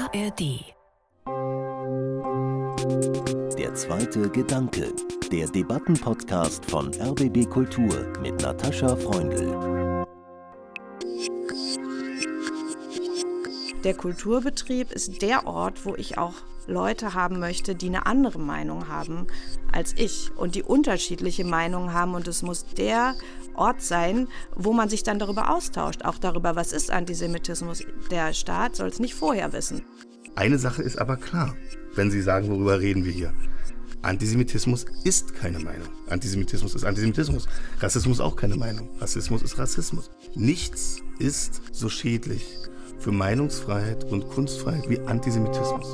ARD. Der zweite Gedanke, der Debattenpodcast von RBB Kultur mit Natascha Freundl. Der Kulturbetrieb ist der Ort, wo ich auch Leute haben möchte, die eine andere Meinung haben als ich und die unterschiedliche Meinungen haben. Und es muss der Ort sein, wo man sich dann darüber austauscht, auch darüber, was ist Antisemitismus. Der Staat soll es nicht vorher wissen. Eine Sache ist aber klar, wenn Sie sagen, worüber reden wir hier. Antisemitismus ist keine Meinung. Antisemitismus ist Antisemitismus. Rassismus auch keine Meinung. Rassismus ist Rassismus. Nichts ist so schädlich für Meinungsfreiheit und Kunstfreiheit wie Antisemitismus.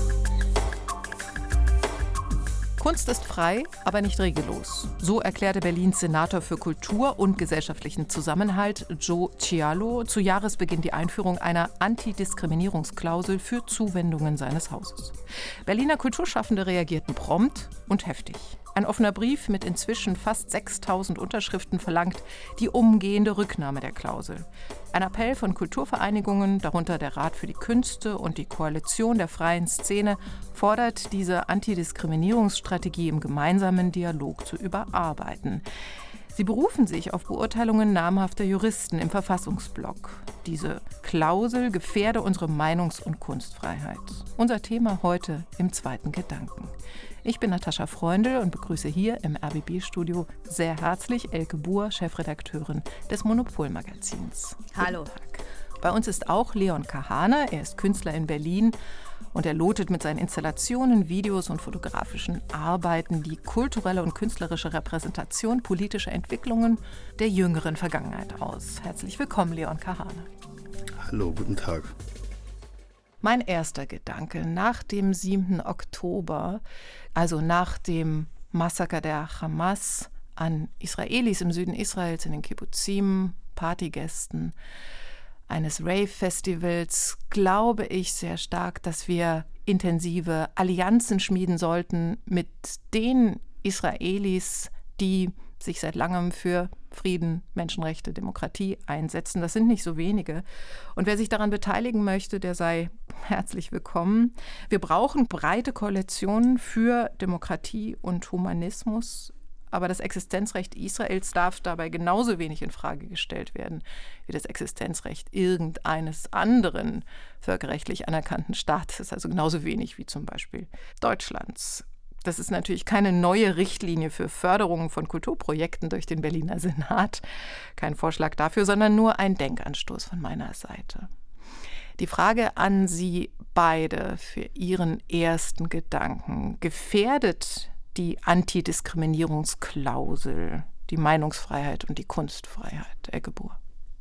Kunst ist frei, aber nicht regellos. So erklärte Berlins Senator für Kultur und gesellschaftlichen Zusammenhalt Joe Cialo zu Jahresbeginn die Einführung einer Antidiskriminierungsklausel für Zuwendungen seines Hauses. Berliner Kulturschaffende reagierten prompt und heftig. Ein offener Brief mit inzwischen fast 6.000 Unterschriften verlangt die umgehende Rücknahme der Klausel. Ein Appell von Kulturvereinigungen, darunter der Rat für die Künste und die Koalition der freien Szene, fordert diese Antidiskriminierungsstrategie im gemeinsamen Dialog zu überarbeiten. Sie berufen sich auf Beurteilungen namhafter Juristen im Verfassungsblock. Diese Klausel gefährde unsere Meinungs- und Kunstfreiheit. Unser Thema heute im zweiten Gedanken. Ich bin Natascha Freundl und begrüße hier im RBB-Studio sehr herzlich Elke Buhr, Chefredakteurin des Monopol-Magazins. Hallo. Guten Tag. Bei uns ist auch Leon Kahane, er ist Künstler in Berlin und er lotet mit seinen Installationen, Videos und fotografischen Arbeiten die kulturelle und künstlerische Repräsentation politischer Entwicklungen der jüngeren Vergangenheit aus. Herzlich willkommen, Leon Kahane. Hallo, guten Tag. Mein erster Gedanke: Nach dem 7. Oktober, also nach dem Massaker der Hamas an Israelis im Süden Israels, in den Kibbuzim, Partygästen eines Rave-Festivals, glaube ich sehr stark, dass wir intensive Allianzen schmieden sollten mit den Israelis, die sich seit langem für Frieden, Menschenrechte, Demokratie einsetzen. Das sind nicht so wenige. Und wer sich daran beteiligen möchte, der sei herzlich willkommen. Wir brauchen breite Koalitionen für Demokratie und Humanismus. Aber das Existenzrecht Israels darf dabei genauso wenig in Frage gestellt werden wie das Existenzrecht irgendeines anderen völkerrechtlich anerkannten Staates, also genauso wenig wie zum Beispiel Deutschlands. Das ist natürlich keine neue Richtlinie für Förderung von Kulturprojekten durch den Berliner Senat, kein Vorschlag dafür, sondern nur ein Denkanstoß von meiner Seite. Die Frage an Sie beide für Ihren ersten Gedanken: Gefährdet die Antidiskriminierungsklausel die Meinungsfreiheit und die Kunstfreiheit, Elke Buhr?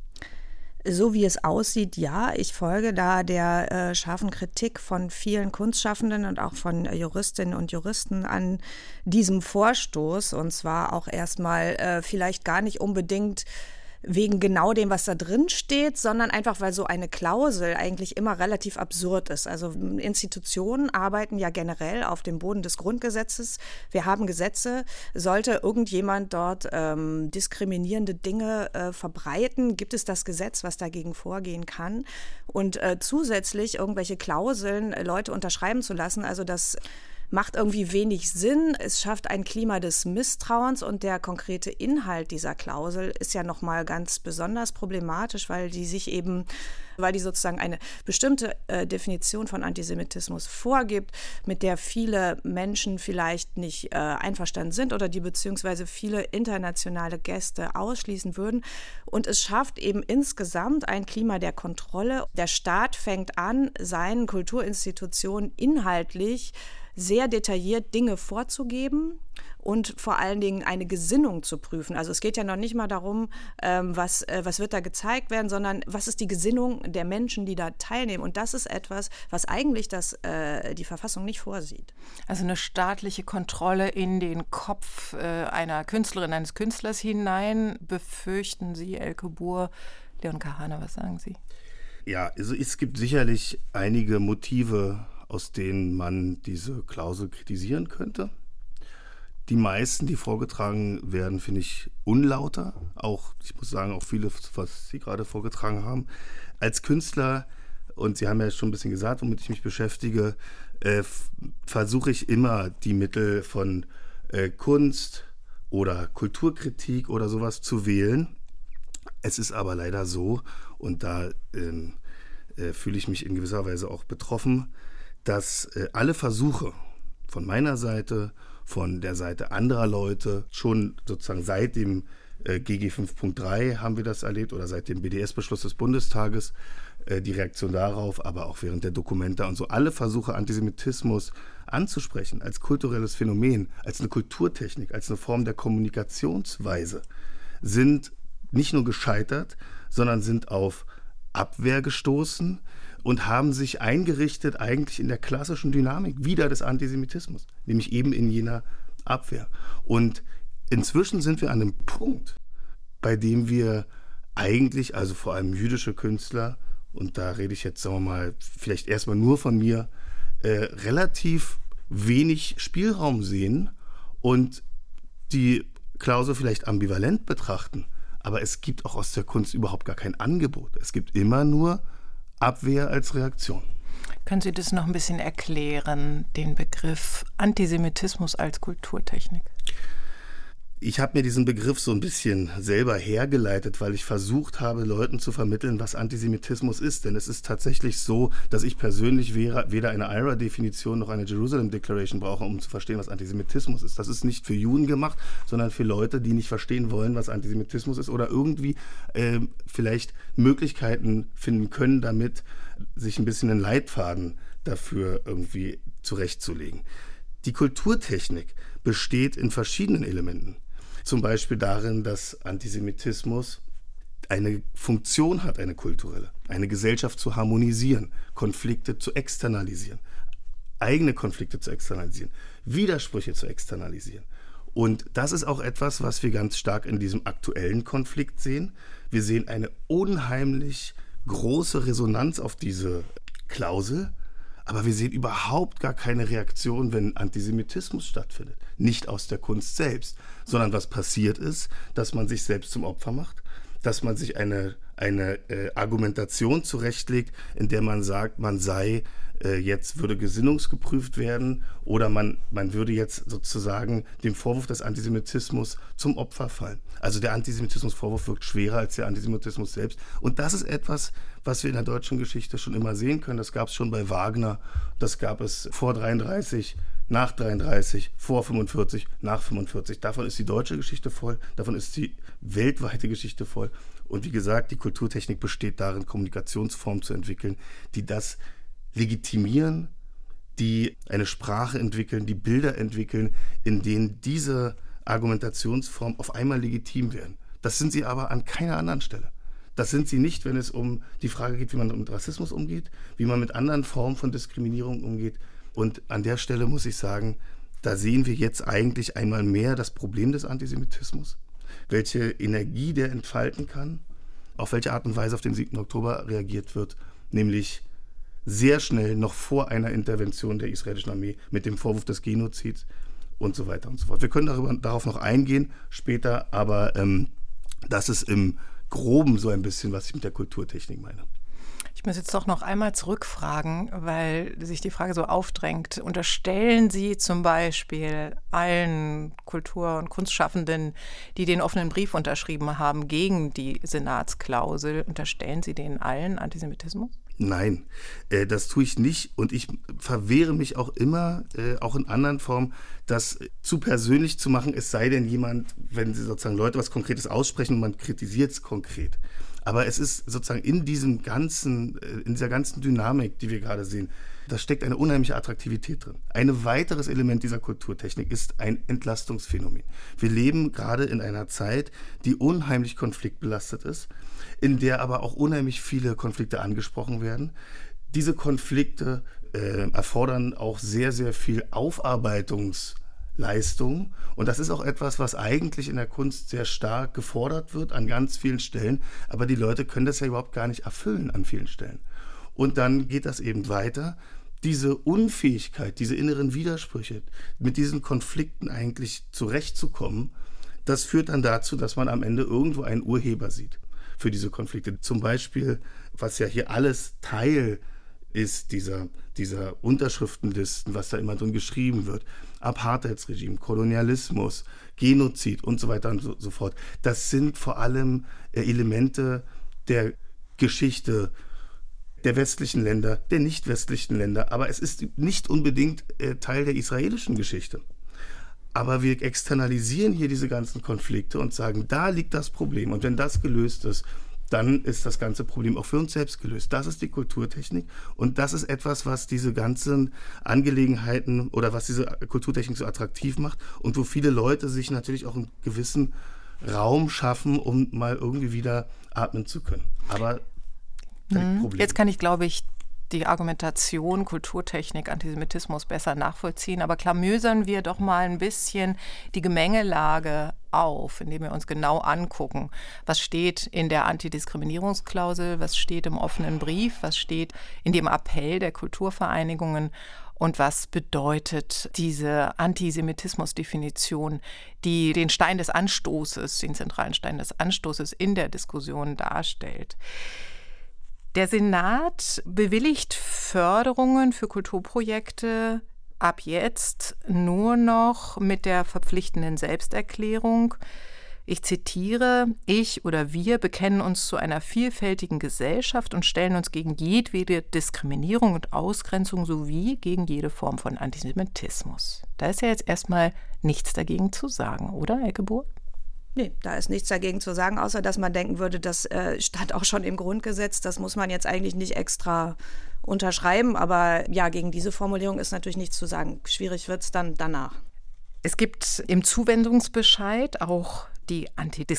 So wie es aussieht, ja. Ich folge da der scharfen Kritik von vielen Kunstschaffenden und auch von Juristinnen und Juristen an diesem Vorstoß. Und zwar auch erstmal vielleicht gar nicht unbedingt wegen genau dem, was da drin steht, sondern einfach, weil so eine Klausel eigentlich immer relativ absurd ist. Also Institutionen arbeiten ja generell auf dem Boden des Grundgesetzes. Wir haben Gesetze. Sollte irgendjemand dort diskriminierende Dinge verbreiten, gibt es das Gesetz, was dagegen vorgehen kann. Und zusätzlich irgendwelche Klauseln Leute unterschreiben zu lassen, also das macht irgendwie wenig Sinn. Es schafft ein Klima des Misstrauens und der konkrete Inhalt dieser Klausel ist ja nochmal ganz besonders problematisch, weil die sozusagen eine bestimmte Definition von Antisemitismus vorgibt, mit der viele Menschen vielleicht nicht einverstanden sind oder die beziehungsweise viele internationale Gäste ausschließen würden. Und es schafft eben insgesamt ein Klima der Kontrolle. Der Staat fängt an, seinen Kulturinstitutionen inhaltlich sehr detailliert Dinge vorzugeben und vor allen Dingen eine Gesinnung zu prüfen. Also es geht ja noch nicht mal darum, was wird da gezeigt werden, sondern was ist die Gesinnung der Menschen, die da teilnehmen. Und das ist etwas, was eigentlich die Verfassung nicht vorsieht. Also eine staatliche Kontrolle in den Kopf einer Künstlerin, eines Künstlers hinein, befürchten Sie, Elke Buhr? Leon Kahane, was sagen Sie? Ja, also es gibt sicherlich einige Motive, aus denen man diese Klausel kritisieren könnte. Die meisten, die vorgetragen werden, finde ich unlauter. Auch, ich muss sagen, auch viele, was Sie gerade vorgetragen haben. Als Künstler und Sie haben ja schon ein bisschen gesagt, womit ich mich beschäftige, versuche ich immer die Mittel von Kunst oder Kulturkritik oder sowas zu wählen. Es ist aber leider so, und da fühle ich mich in gewisser Weise auch betroffen, dass alle Versuche von meiner Seite, von der Seite anderer Leute, schon sozusagen seit dem GG 5.3 haben wir das erlebt oder seit dem BDS-Beschluss des Bundestages, die Reaktion darauf, aber auch während der Documenta und so, alle Versuche, Antisemitismus anzusprechen als kulturelles Phänomen, als eine Kulturtechnik, als eine Form der Kommunikationsweise, sind nicht nur gescheitert, sondern sind auf Abwehr gestoßen und haben sich eingerichtet eigentlich in der klassischen Dynamik wieder des Antisemitismus, nämlich eben in jener Abwehr. Und inzwischen sind wir an einem Punkt, bei dem wir eigentlich, also vor allem jüdische Künstler, und da rede ich jetzt, sagen wir mal, vielleicht erstmal nur von mir, relativ wenig Spielraum sehen und die Klausel vielleicht ambivalent betrachten. Aber es gibt auch aus der Kunst überhaupt gar kein Angebot. Es gibt immer nur Abwehr als Reaktion. Können Sie das noch ein bisschen erklären, den Begriff Antisemitismus als Kulturtechnik? Ich habe mir diesen Begriff so ein bisschen selber hergeleitet, weil ich versucht habe, Leuten zu vermitteln, was Antisemitismus ist. Denn es ist tatsächlich so, dass ich persönlich weder eine IHRA-Definition noch eine Jerusalem Declaration brauche, um zu verstehen, was Antisemitismus ist. Das ist nicht für Juden gemacht, sondern für Leute, die nicht verstehen wollen, was Antisemitismus ist oder irgendwie vielleicht Möglichkeiten finden können, damit sich ein bisschen einen Leitfaden dafür irgendwie zurechtzulegen. Die Kulturtechnik besteht in verschiedenen Elementen. Zum Beispiel darin, dass Antisemitismus eine Funktion hat, eine kulturelle, eine Gesellschaft zu harmonisieren, Konflikte zu externalisieren, eigene Konflikte zu externalisieren, Widersprüche zu externalisieren. Und das ist auch etwas, was wir ganz stark in diesem aktuellen Konflikt sehen. Wir sehen eine unheimlich große Resonanz auf diese Klausel, aber wir sehen überhaupt gar keine Reaktion, wenn Antisemitismus stattfindet. Nicht aus der Kunst selbst, sondern was passiert ist, dass man sich selbst zum Opfer macht, dass man sich eine Argumentation zurechtlegt, in der man sagt, man sei, jetzt würde gesinnungsgeprüft werden oder man würde jetzt sozusagen dem Vorwurf des Antisemitismus zum Opfer fallen. Also der Antisemitismusvorwurf wirkt schwerer als der Antisemitismus selbst. Und das ist etwas, was wir in der deutschen Geschichte schon immer sehen können. Das gab es schon bei Wagner, das gab es vor 33, nach 33, vor 45, nach 45. Davon ist die deutsche Geschichte voll, davon ist die weltweite Geschichte voll. Und wie gesagt, die Kulturtechnik besteht darin, Kommunikationsformen zu entwickeln, die das legitimieren, die eine Sprache entwickeln, die Bilder entwickeln, in denen diese Argumentationsformen auf einmal legitim werden. Das sind sie aber an keiner anderen Stelle. Das sind sie nicht, wenn es um die Frage geht, wie man mit Rassismus umgeht, wie man mit anderen Formen von Diskriminierung umgeht. Und an der Stelle muss ich sagen, da sehen wir jetzt eigentlich einmal mehr das Problem des Antisemitismus, welche Energie der entfalten kann, auf welche Art und Weise auf den 7. Oktober reagiert wird, nämlich sehr schnell noch vor einer Intervention der israelischen Armee mit dem Vorwurf des Genozids und so weiter und so fort. Wir können darauf noch eingehen später, aber das ist im Groben so ein bisschen, was ich mit der Kulturtechnik meine. Ich muss jetzt doch noch einmal zurückfragen, weil sich die Frage so aufdrängt. Unterstellen Sie zum Beispiel allen Kultur- und Kunstschaffenden, die den offenen Brief unterschrieben haben gegen die Senatsklausel, unterstellen Sie denen allen Antisemitismus? Nein, das tue ich nicht und ich verwehre mich auch immer, auch in anderen Formen, das zu persönlich zu machen, es sei denn jemand, wenn sie sozusagen Leute was Konkretes aussprechen und man kritisiert es konkret. Aber es ist sozusagen in dieser ganzen Dynamik, die wir gerade sehen, da steckt eine unheimliche Attraktivität drin. Ein weiteres Element dieser Kulturtechnik ist ein Entlastungsphänomen. Wir leben gerade in einer Zeit, die unheimlich konfliktbelastet ist, in der aber auch unheimlich viele Konflikte angesprochen werden. Diese Konflikte erfordern auch sehr, sehr viel Aufarbeitungsleistung. Und das ist auch etwas, was eigentlich in der Kunst sehr stark gefordert wird an ganz vielen Stellen. Aber die Leute können das ja überhaupt gar nicht erfüllen an vielen Stellen. Und dann geht das eben weiter. Diese Unfähigkeit, diese inneren Widersprüche, mit diesen Konflikten eigentlich zurechtzukommen, das führt dann dazu, dass man am Ende irgendwo einen Urheber sieht. für diese Konflikte. Zum Beispiel, was ja hier alles Teil ist, dieser Unterschriftenlisten, was da immer drin geschrieben wird. Apartheidsregime, Kolonialismus, Genozid und so weiter und so fort. Das sind vor allem Elemente der Geschichte der westlichen Länder, der nicht westlichen Länder. Aber es ist nicht unbedingt Teil der israelischen Geschichte. Aber wir externalisieren hier diese ganzen Konflikte und sagen, da liegt das Problem. Und wenn das gelöst ist, dann ist das ganze Problem auch für uns selbst gelöst. Das ist die Kulturtechnik und das ist etwas, was diese ganzen Angelegenheiten oder was diese Kulturtechnik so attraktiv macht und wo viele Leute sich natürlich auch einen gewissen Raum schaffen, um mal irgendwie wieder atmen zu können. Aber Problem. Jetzt kann ich, glaube ich, die Argumentation Kulturtechnik, Antisemitismus besser nachvollziehen. Aber klamüsern wir doch mal ein bisschen die Gemengelage auf, indem wir uns genau angucken, was steht in der Antidiskriminierungsklausel, was steht im offenen Brief, was steht in dem Appell der Kulturvereinigungen und was bedeutet diese Antisemitismusdefinition, die den Stein des Anstoßes, den zentralen Stein des Anstoßes in der Diskussion darstellt. Der Senat bewilligt Förderungen für Kulturprojekte ab jetzt nur noch mit der verpflichtenden Selbsterklärung. Ich zitiere, ich oder wir bekennen uns zu einer vielfältigen Gesellschaft und stellen uns gegen jedwede Diskriminierung und Ausgrenzung sowie gegen jede Form von Antisemitismus. Da ist ja jetzt erstmal nichts dagegen zu sagen, oder, Elke Buhr? Nee, da ist nichts dagegen zu sagen, außer dass man denken würde, das stand auch schon im Grundgesetz. Das muss man jetzt eigentlich nicht extra unterschreiben. Aber ja, gegen diese Formulierung ist natürlich nichts zu sagen. Schwierig wird es dann danach. Es gibt im Zuwendungsbescheid auch die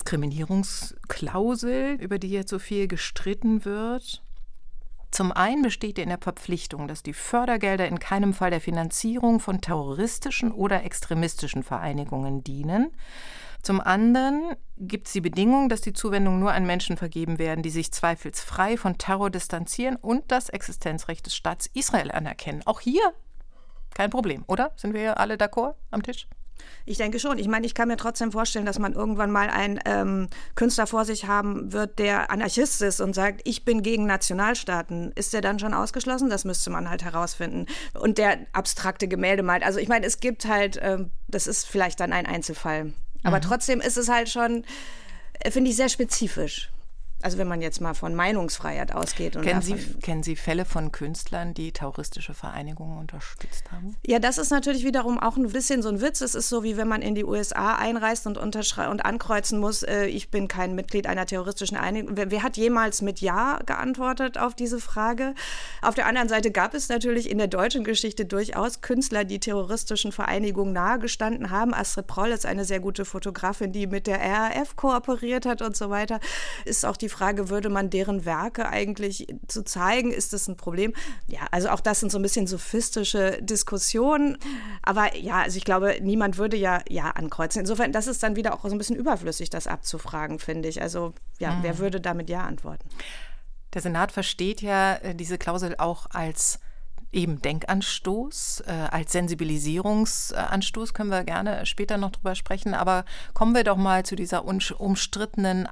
Antidiskriminierungsklausel, über die jetzt so viel gestritten wird. Zum einen besteht in der Verpflichtung, dass die Fördergelder in keinem Fall der Finanzierung von terroristischen oder extremistischen Vereinigungen dienen. Zum anderen gibt es die Bedingung, dass die Zuwendungen nur an Menschen vergeben werden, die sich zweifelsfrei von Terror distanzieren und das Existenzrecht des Staats Israel anerkennen. Auch hier kein Problem, oder? Sind wir alle d'accord am Tisch? Ich denke schon. Ich meine, ich kann mir trotzdem vorstellen, dass man irgendwann mal einen Künstler vor sich haben wird, der Anarchist ist und sagt, ich bin gegen Nationalstaaten. Ist der dann schon ausgeschlossen? Das müsste man halt herausfinden. Und der abstrakte Gemälde malt. Also ich meine, es gibt halt, das ist vielleicht dann ein Einzelfall. Aber trotzdem ist es halt schon, finde ich, sehr spezifisch. Also wenn man jetzt mal von Meinungsfreiheit ausgeht. Und kennen Sie Fälle von Künstlern, die terroristische Vereinigungen unterstützt haben? Ja, das ist natürlich wiederum auch ein bisschen so ein Witz. Es ist so, wie wenn man in die USA einreist und ankreuzen muss, ich bin kein Mitglied einer terroristischen Einigung. Wer hat jemals mit Ja geantwortet auf diese Frage? Auf der anderen Seite gab es natürlich in der deutschen Geschichte durchaus Künstler, die terroristischen Vereinigungen nahegestanden haben. Astrid Proll ist eine sehr gute Fotografin, die mit der RAF kooperiert hat und so weiter. Ist auch die Frage, würde man deren Werke eigentlich zu zeigen, ist das ein Problem? Ja, also auch das sind so ein bisschen sophistische Diskussionen. Aber ja, also ich glaube, niemand würde ja ankreuzen. Insofern, das ist dann wieder auch so ein bisschen überflüssig, das abzufragen, finde ich. Also ja, wer würde damit Ja antworten? Der Senat versteht ja diese Klausel auch als eben Denkanstoß, als Sensibilisierungsanstoß, können wir gerne später noch drüber sprechen, aber kommen wir doch mal zu dieser umstrittenen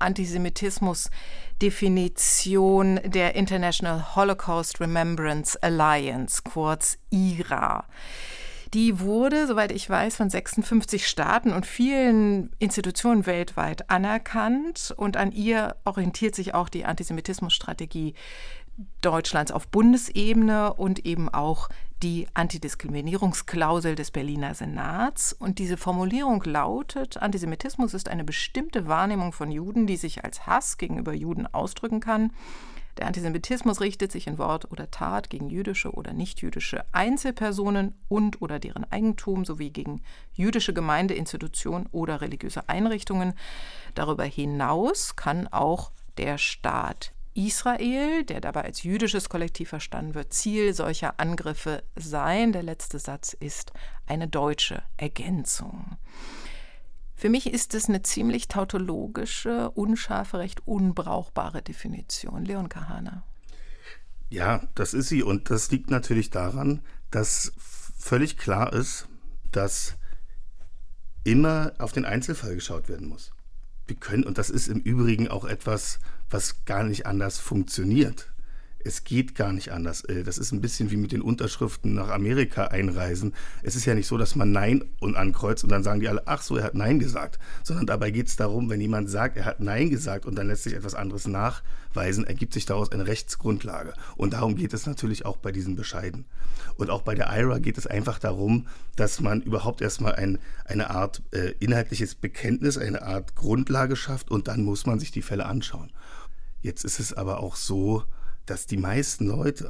Antisemitismus-Definition der International Holocaust Remembrance Alliance, kurz IHRA. Die wurde, soweit ich weiß, von 56 Staaten und vielen Institutionen weltweit anerkannt und an ihr orientiert sich auch die Antisemitismusstrategie Deutschlands auf Bundesebene und eben auch die Antidiskriminierungsklausel des Berliner Senats. Und diese Formulierung lautet, Antisemitismus ist eine bestimmte Wahrnehmung von Juden, die sich als Hass gegenüber Juden ausdrücken kann. Der Antisemitismus richtet sich in Wort oder Tat gegen jüdische oder nichtjüdische Einzelpersonen und oder deren Eigentum sowie gegen jüdische Gemeindeinstitutionen oder religiöse Einrichtungen. Darüber hinaus kann auch der Staat Israel, der dabei als jüdisches Kollektiv verstanden wird, Ziel solcher Angriffe sein. Der letzte Satz ist eine deutsche Ergänzung. Für mich ist es eine ziemlich tautologische, unscharfe, recht unbrauchbare Definition. Leon Kahane. Ja, das ist sie. Und das liegt natürlich daran, dass völlig klar ist, dass immer auf den Einzelfall geschaut werden muss. wir können, und das ist im Übrigen auch etwas, was gar nicht anders funktioniert. Es geht gar nicht anders. Das ist ein bisschen wie mit den Unterschriften nach Amerika einreisen. Es ist ja nicht so, dass man Nein ankreuzt und dann sagen die alle, ach so, er hat Nein gesagt. Sondern dabei geht es darum, wenn jemand sagt, er hat Nein gesagt und dann lässt sich etwas anderes nachweisen, ergibt sich daraus eine Rechtsgrundlage. Und darum geht es natürlich auch bei diesen Bescheiden. Und auch bei der IHRA geht es einfach darum, dass man überhaupt erstmal eine Art inhaltliches Bekenntnis, eine Art Grundlage schafft und dann muss man sich die Fälle anschauen. Jetzt ist es aber auch so, dass die meisten Leute,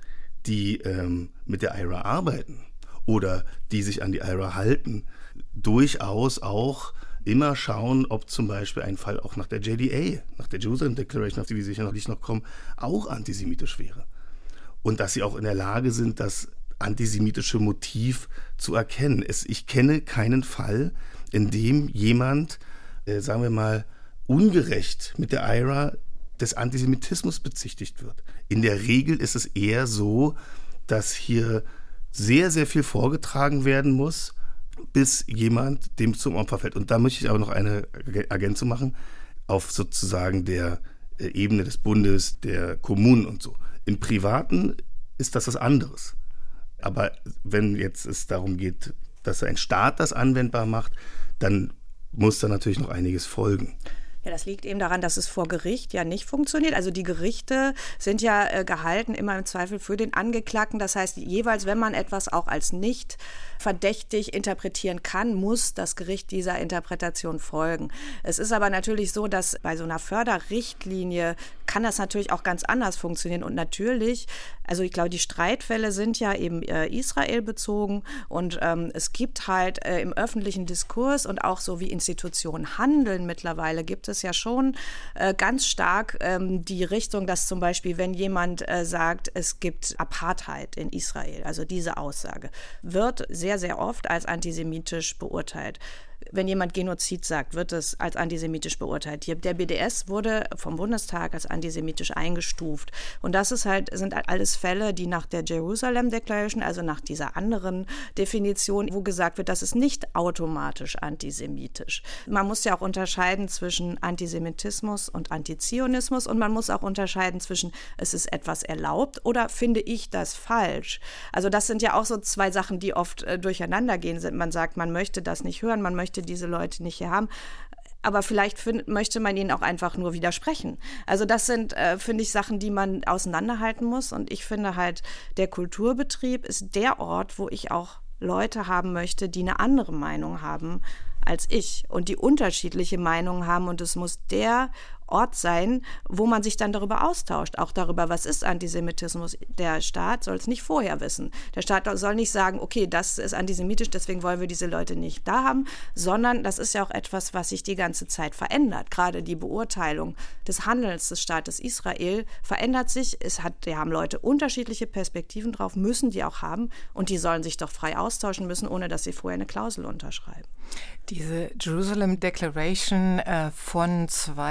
die mit der IHRA arbeiten oder die sich an die IHRA halten, durchaus auch immer schauen, ob zum Beispiel ein Fall auch nach der JDA, nach der Jerusalem Declaration, auf die wir sicherlich noch kommen, auch antisemitisch wäre. Und dass sie auch in der Lage sind, das antisemitische Motiv zu erkennen. Ich kenne keinen Fall, in dem jemand, sagen wir mal, ungerecht mit der IHRA des Antisemitismus bezichtigt wird. In der Regel ist es eher so, dass hier sehr, sehr viel vorgetragen werden muss, bis jemand dem zum Opfer fällt. Und da möchte ich aber noch eine Ergänzung machen, auf sozusagen der Ebene des Bundes, der Kommunen und so. Im Privaten ist das was anderes. Aber wenn jetzt es darum geht, dass ein Staat das anwendbar macht, dann muss da natürlich noch einiges folgen. Ja, das liegt eben daran, dass es vor Gericht ja nicht funktioniert. Also die Gerichte sind ja gehalten, immer im Zweifel für den Angeklagten. Das heißt, jeweils, wenn man etwas auch als nicht verdächtig interpretieren kann, muss das Gericht dieser Interpretation folgen. Es ist aber natürlich so, dass bei so einer Förderrichtlinie kann das natürlich auch ganz anders funktionieren. Und natürlich, also ich glaube, die Streitfälle sind ja eben Israel bezogen und es gibt halt im öffentlichen Diskurs und auch so wie Institutionen handeln mittlerweile, gibt es ja schon ganz stark die Richtung, dass zum Beispiel, wenn jemand sagt, es gibt Apartheid in Israel, also diese Aussage, wird sehr, sehr oft als antisemitisch beurteilt. Wenn jemand Genozid sagt, wird es als antisemitisch beurteilt. Der BDS wurde vom Bundestag als antisemitisch eingestuft. Und das sind alles Fälle, die nach der Jerusalem Declaration, also nach dieser anderen Definition, wo gesagt wird, das ist nicht automatisch antisemitisch. Man muss ja auch unterscheiden zwischen Antisemitismus und Antizionismus und man muss auch unterscheiden zwischen, es ist etwas erlaubt oder finde ich das falsch. Also das sind ja auch so zwei Sachen, die oft durcheinander gehen. Man sagt, man möchte das nicht hören, man möchte diese Leute nicht hier haben. Aber vielleicht möchte man ihnen auch einfach nur widersprechen. Also das sind, finde ich, Sachen, die man auseinanderhalten muss. Und ich finde halt, der Kulturbetrieb ist der Ort, wo ich auch Leute haben möchte, die eine andere Meinung haben als ich und die unterschiedliche Meinungen haben. Und es muss der Ort sein, wo man sich dann darüber austauscht, auch darüber, was ist Antisemitismus. Der Staat soll es nicht vorher wissen. Der Staat soll nicht sagen, okay, das ist antisemitisch, deswegen wollen wir diese Leute nicht da haben, sondern das ist ja auch etwas, was sich die ganze Zeit verändert. Gerade die Beurteilung des Handelns des Staates Israel verändert sich. Da haben Leute unterschiedliche Perspektiven drauf, müssen die auch haben und die sollen sich doch frei austauschen müssen, ohne dass sie vorher eine Klausel unterschreiben. Diese Jerusalem Declaration von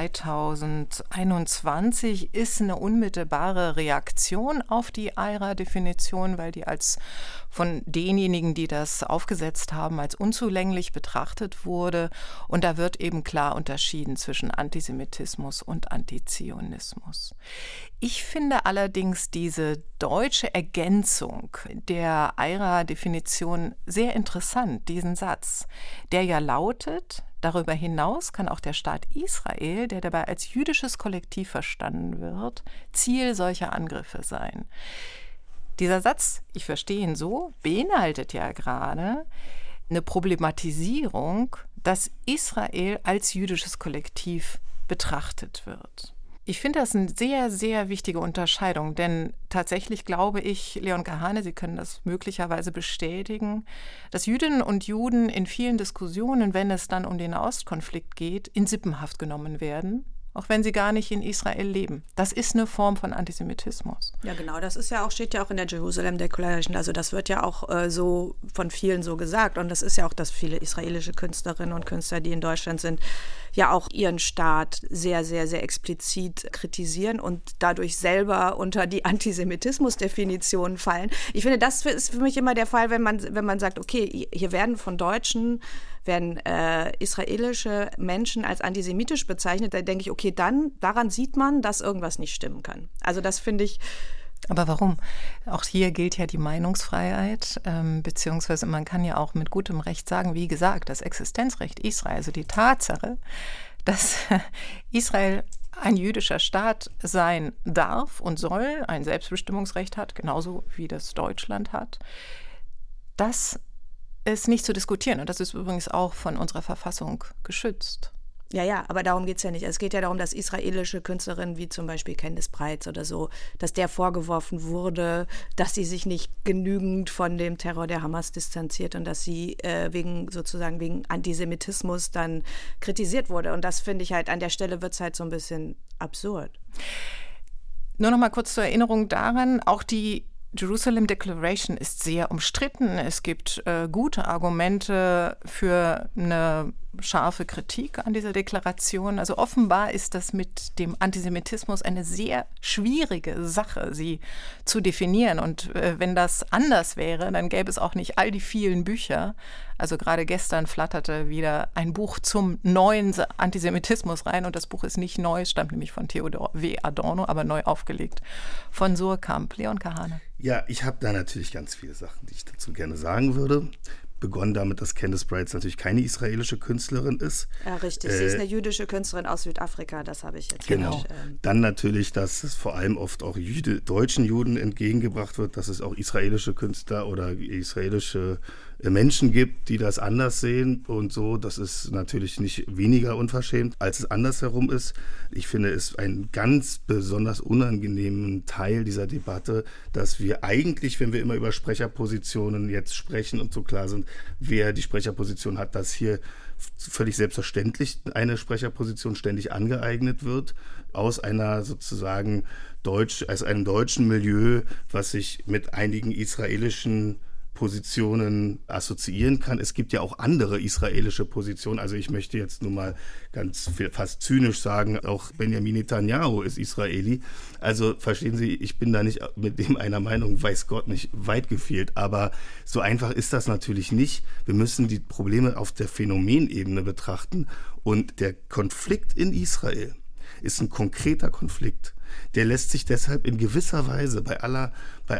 2021 ist eine unmittelbare Reaktion auf die IHRA-Definition, weil die von denjenigen, die das aufgesetzt haben, als unzulänglich betrachtet wurde. Und da wird eben klar unterschieden zwischen Antisemitismus und Antizionismus. Ich finde allerdings diese deutsche Ergänzung der IHRA-Definition sehr interessant, diesen Satz, der ja lautet: Darüber hinaus kann auch der Staat Israel, der dabei als jüdisches Kollektiv verstanden wird, Ziel solcher Angriffe sein. Dieser Satz, ich verstehe ihn so, beinhaltet ja gerade eine Problematisierung, dass Israel als jüdisches Kollektiv betrachtet wird. Ich finde das eine sehr, sehr wichtige Unterscheidung, denn tatsächlich glaube ich, Leon Kahane, Sie können das möglicherweise bestätigen, dass Jüdinnen und Juden in vielen Diskussionen, wenn es dann um den Nahostkonflikt geht, in Sippenhaft genommen werden, auch wenn sie gar nicht in Israel leben. Das ist eine Form von Antisemitismus. Ja, genau, das steht ja auch in der Jerusalem Declaration. Also das wird ja auch so von vielen so gesagt. Und das ist ja auch, dass viele israelische Künstlerinnen und Künstler, die in Deutschland sind, ja auch ihren Staat sehr, sehr, sehr explizit kritisieren und dadurch selber unter die Antisemitismus-Definition fallen. Ich finde, das ist für mich immer der Fall, wenn man sagt, okay, hier werden israelische Menschen als antisemitisch bezeichnet, da denke ich, okay, dann daran sieht man, dass irgendwas nicht stimmen kann. Also das finde ich. Aber warum? Auch hier gilt ja die Meinungsfreiheit, beziehungsweise man kann ja auch mit gutem Recht sagen, wie gesagt, das Existenzrecht Israel, also die Tatsache, dass Israel ein jüdischer Staat sein darf und soll, ein Selbstbestimmungsrecht hat, genauso wie das Deutschland hat, das ist nicht zu diskutieren. Und das ist übrigens auch von unserer Verfassung geschützt. Ja, aber darum geht es ja nicht. Es geht ja darum, dass israelische Künstlerinnen wie zum Beispiel Candice Breitz oder so, dass der vorgeworfen wurde, dass sie sich nicht genügend von dem Terror der Hamas distanziert und dass sie wegen Antisemitismus dann kritisiert wurde. Und das finde ich halt, an der Stelle wird es halt so ein bisschen absurd. Nur noch mal kurz zur Erinnerung daran, auch die Jerusalem Declaration ist sehr umstritten. Es gibt gute Argumente für eine scharfe Kritik an dieser Deklaration. Also offenbar ist das mit dem Antisemitismus eine sehr schwierige Sache, sie zu definieren. Und wenn das anders wäre, dann gäbe es auch nicht all die vielen Bücher. Also gerade gestern flatterte wieder ein Buch zum neuen Antisemitismus rein. Und das Buch ist nicht neu, es stammt nämlich von Theodor W. Adorno, aber neu aufgelegt von Suhrkamp. Leon Kahane. Ja, ich habe da natürlich ganz viele Sachen, die ich dazu gerne sagen würde. Begonnen damit, dass Candice Breitz natürlich keine israelische Künstlerin ist. Ja, richtig. Sie ist eine jüdische Künstlerin aus Südafrika, das habe ich jetzt genau. Dann natürlich, dass es vor allem oft auch deutschen Juden entgegengebracht wird, dass es auch israelische Künstler oder israelische Menschen gibt, die das anders sehen und so. Das ist natürlich nicht weniger unverschämt, als es andersherum ist. Ich finde es einen ganz besonders unangenehmen Teil dieser Debatte, dass wir eigentlich, wenn wir immer über Sprecherpositionen jetzt sprechen und so klar sind, wer die Sprecherposition hat, dass hier völlig selbstverständlich eine Sprecherposition ständig angeeignet wird, aus einer sozusagen aus einem deutschen Milieu, was sich mit einigen israelischen Positionen assoziieren kann. Es gibt ja auch andere israelische Positionen. Also ich möchte jetzt nur mal fast zynisch sagen, auch Benjamin Netanyahu ist Israeli. Also verstehen Sie, ich bin da nicht mit dem einer Meinung, weiß Gott nicht, weit gefehlt. Aber so einfach ist das natürlich nicht. Wir müssen die Probleme auf der Phänomenebene betrachten. Und der Konflikt in Israel ist ein konkreter Konflikt. Der lässt sich deshalb in gewisser Weise bei aller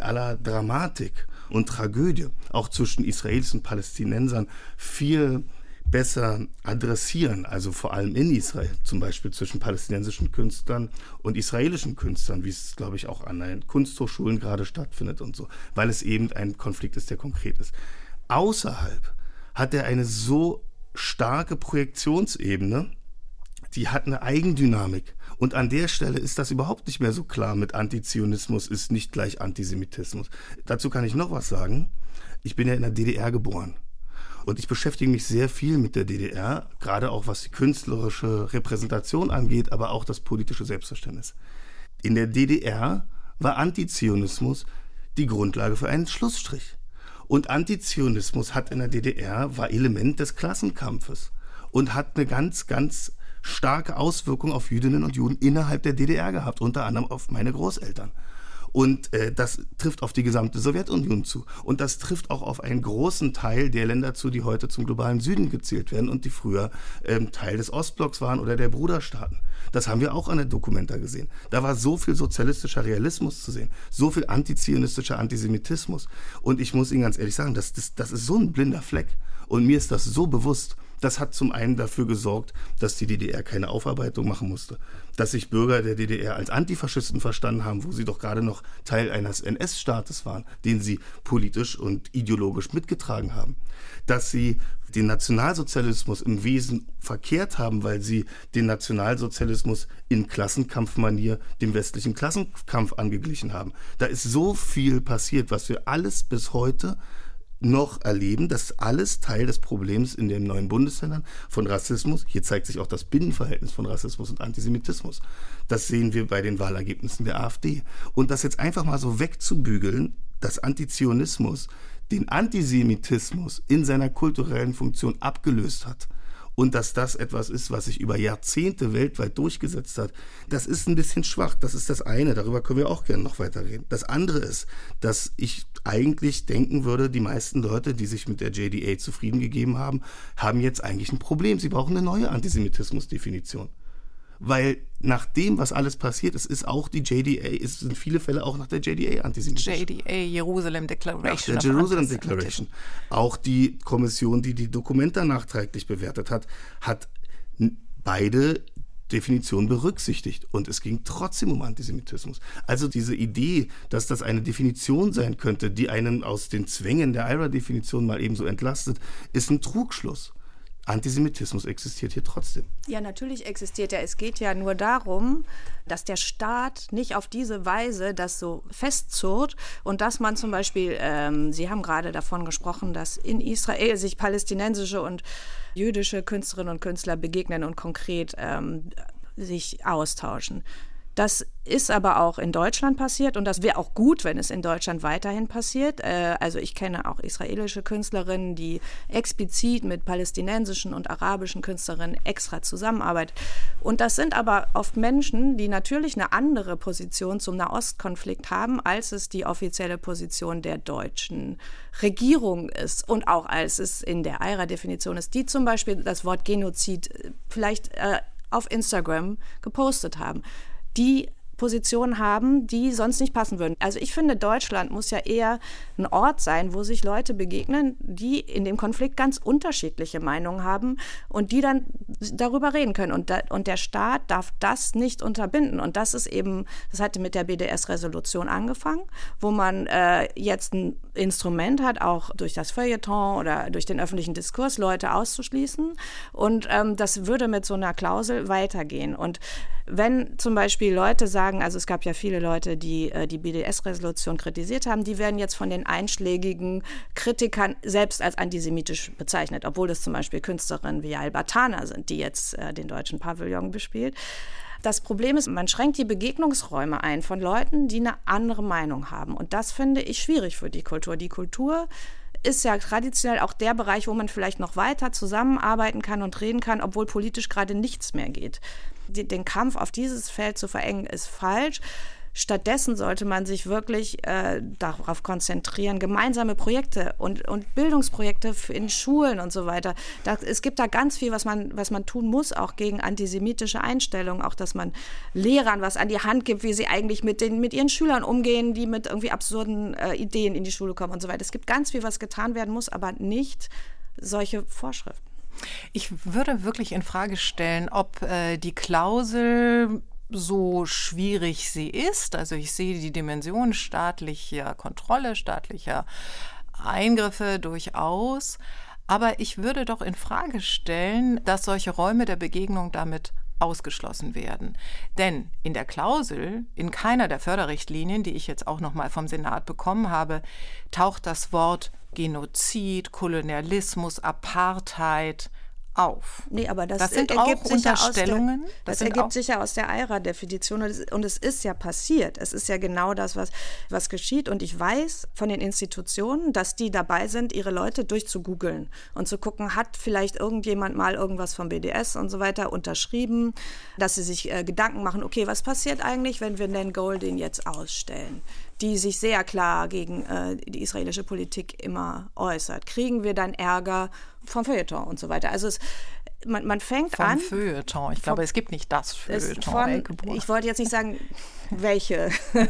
Dramatik und Tragödie, auch zwischen Israelis und Palästinensern, viel besser adressieren, also vor allem in Israel, zum Beispiel zwischen palästinensischen Künstlern und israelischen Künstlern, wie es, glaube ich, auch an den Kunsthochschulen gerade stattfindet und so, weil es eben ein Konflikt ist, der konkret ist. Außerhalb hat er eine so starke Projektionsebene, die hat eine Eigendynamik. Und an der Stelle ist das überhaupt nicht mehr so klar mit Antizionismus ist nicht gleich Antisemitismus. Dazu kann ich noch was sagen. Ich bin ja in der DDR geboren. Und ich beschäftige mich sehr viel mit der DDR, gerade auch was die künstlerische Repräsentation angeht, aber auch das politische Selbstverständnis. In der DDR war Antizionismus die Grundlage für einen Schlussstrich. Und Antizionismus war Element des Klassenkampfes und hat eine ganz, ganz starke Auswirkungen auf Jüdinnen und Juden innerhalb der DDR gehabt, unter anderem auf meine Großeltern. Und das trifft auf die gesamte Sowjetunion zu. Und das trifft auch auf einen großen Teil der Länder zu, die heute zum globalen Süden gezählt werden und die früher Teil des Ostblocks waren oder der Bruderstaaten. Das haben wir auch an der Documenta gesehen. Da war so viel sozialistischer Realismus zu sehen, so viel antizionistischer Antisemitismus. Und ich muss Ihnen ganz ehrlich sagen, das ist so ein blinder Fleck. Und mir ist das so bewusst. Das hat zum einen dafür gesorgt, dass die DDR keine Aufarbeitung machen musste, dass sich Bürger der DDR als Antifaschisten verstanden haben, wo sie doch gerade noch Teil eines NS-Staates waren, den sie politisch und ideologisch mitgetragen haben, dass sie den Nationalsozialismus im Wesen verkehrt haben, weil sie den Nationalsozialismus in Klassenkampfmanier dem westlichen Klassenkampf angeglichen haben. Da ist so viel passiert, was wir alles bis heute noch erleben, das ist alles Teil des Problems in den neuen Bundesländern von Rassismus. Hier zeigt sich auch das Binnenverhältnis von Rassismus und Antisemitismus. Das sehen wir bei den Wahlergebnissen der AfD. Und das jetzt einfach mal so wegzubügeln, dass Antizionismus den Antisemitismus in seiner kulturellen Funktion abgelöst hat und dass das etwas ist, was sich über Jahrzehnte weltweit durchgesetzt hat, das ist ein bisschen schwach. Das ist das eine, darüber können wir auch gerne noch weiter reden. Das andere ist, dass ich eigentlich denken würde, die meisten Leute, die sich mit der JDA zufrieden gegeben haben, haben jetzt eigentlich ein Problem. Sie brauchen eine neue Antisemitismusdefinition. Weil nach dem, was alles passiert ist, ist auch die JDA, es sind viele Fälle auch nach der JDA antisemitisch. JDA, Jerusalem Declaration. Nach der Jerusalem Declaration. Auch die Kommission, die die Dokumente nachträglich bewertet hat, hat beide Definitionen berücksichtigt. Und es ging trotzdem um Antisemitismus. Also diese Idee, dass das eine Definition sein könnte, die einen aus den Zwängen der IHRA-Definition mal eben so entlastet, ist ein Trugschluss. Antisemitismus existiert hier trotzdem. Ja, natürlich existiert er. Es geht ja nur darum, dass der Staat nicht auf diese Weise das so festzurrt und dass man zum Beispiel, Sie haben gerade davon gesprochen, dass in Israel sich palästinensische und jüdische Künstlerinnen und Künstler begegnen und konkret sich austauschen. Das ist aber auch in Deutschland passiert und das wäre auch gut, wenn es in Deutschland weiterhin passiert. Also ich kenne auch israelische Künstlerinnen, die explizit mit palästinensischen und arabischen Künstlerinnen extra zusammenarbeiten. Und das sind aber oft Menschen, die natürlich eine andere Position zum Nahostkonflikt haben, als es die offizielle Position der deutschen Regierung ist und auch als es in der IHRA-Definition ist, die zum Beispiel das Wort Genozid vielleicht auf Instagram gepostet haben, die Positionen haben, die sonst nicht passen würden. Also ich finde, Deutschland muss ja eher ein Ort sein, wo sich Leute begegnen, die in dem Konflikt ganz unterschiedliche Meinungen haben und die dann darüber reden können. Und der Staat darf das nicht unterbinden. Und das ist eben, das hatte mit der BDS-Resolution angefangen, wo man jetzt ein Instrument hat, auch durch das Feuilleton oder durch den öffentlichen Diskurs Leute auszuschließen. Und das würde mit so einer Klausel weitergehen. Und wenn zum Beispiel Leute sagen, also es gab ja viele Leute, die die BDS-Resolution kritisiert haben, die werden jetzt von den einschlägigen Kritikern selbst als antisemitisch bezeichnet, obwohl es zum Beispiel Künstlerinnen wie Yael Bartana sind, die jetzt den deutschen Pavillon bespielt. Das Problem ist, man schränkt die Begegnungsräume ein von Leuten, die eine andere Meinung haben. Und das finde ich schwierig für die Kultur. Die Kultur ist ja traditionell auch der Bereich, wo man vielleicht noch weiter zusammenarbeiten kann und reden kann, obwohl politisch gerade nichts mehr geht. Den Kampf auf dieses Feld zu verengen, ist falsch. Stattdessen sollte man sich wirklich darauf konzentrieren, gemeinsame Projekte und Bildungsprojekte in Schulen und so weiter. Es gibt da ganz viel, was man tun muss, auch gegen antisemitische Einstellungen, auch dass man Lehrern was an die Hand gibt, wie sie eigentlich mit ihren Schülern umgehen, die mit irgendwie absurden Ideen in die Schule kommen und so weiter. Es gibt ganz viel, was getan werden muss, aber nicht solche Vorschriften. Ich würde wirklich in Frage stellen, ob die Klausel, so schwierig sie ist, also ich sehe die Dimension staatlicher Kontrolle, staatlicher Eingriffe durchaus, aber ich würde doch in Frage stellen, dass solche Räume der Begegnung damit ausgeschlossen werden. Denn in der Klausel, in keiner der Förderrichtlinien, die ich jetzt auch noch mal vom Senat bekommen habe, taucht das Wort Genozid, Kolonialismus, Apartheid auf. Nee, aber das sind auch Unterstellungen. Das ergibt sich ja aus der IHRA-Definition und es ist ja passiert. Es ist ja genau das, was geschieht. Und ich weiß von den Institutionen, dass die dabei sind, ihre Leute durchzugoogeln und zu gucken, hat vielleicht irgendjemand mal irgendwas vom BDS und so weiter unterschrieben, dass sie sich Gedanken machen, okay, was passiert eigentlich, wenn wir Nan Goldin jetzt ausstellen, die sich sehr klar gegen die israelische Politik immer äußert. Kriegen wir dann Ärger vom Feuilleton und so weiter? Also man fängt an... Vom Feuilleton. Ich glaube, es gibt nicht das Feuilleton. Ich wollte jetzt nicht sagen, welche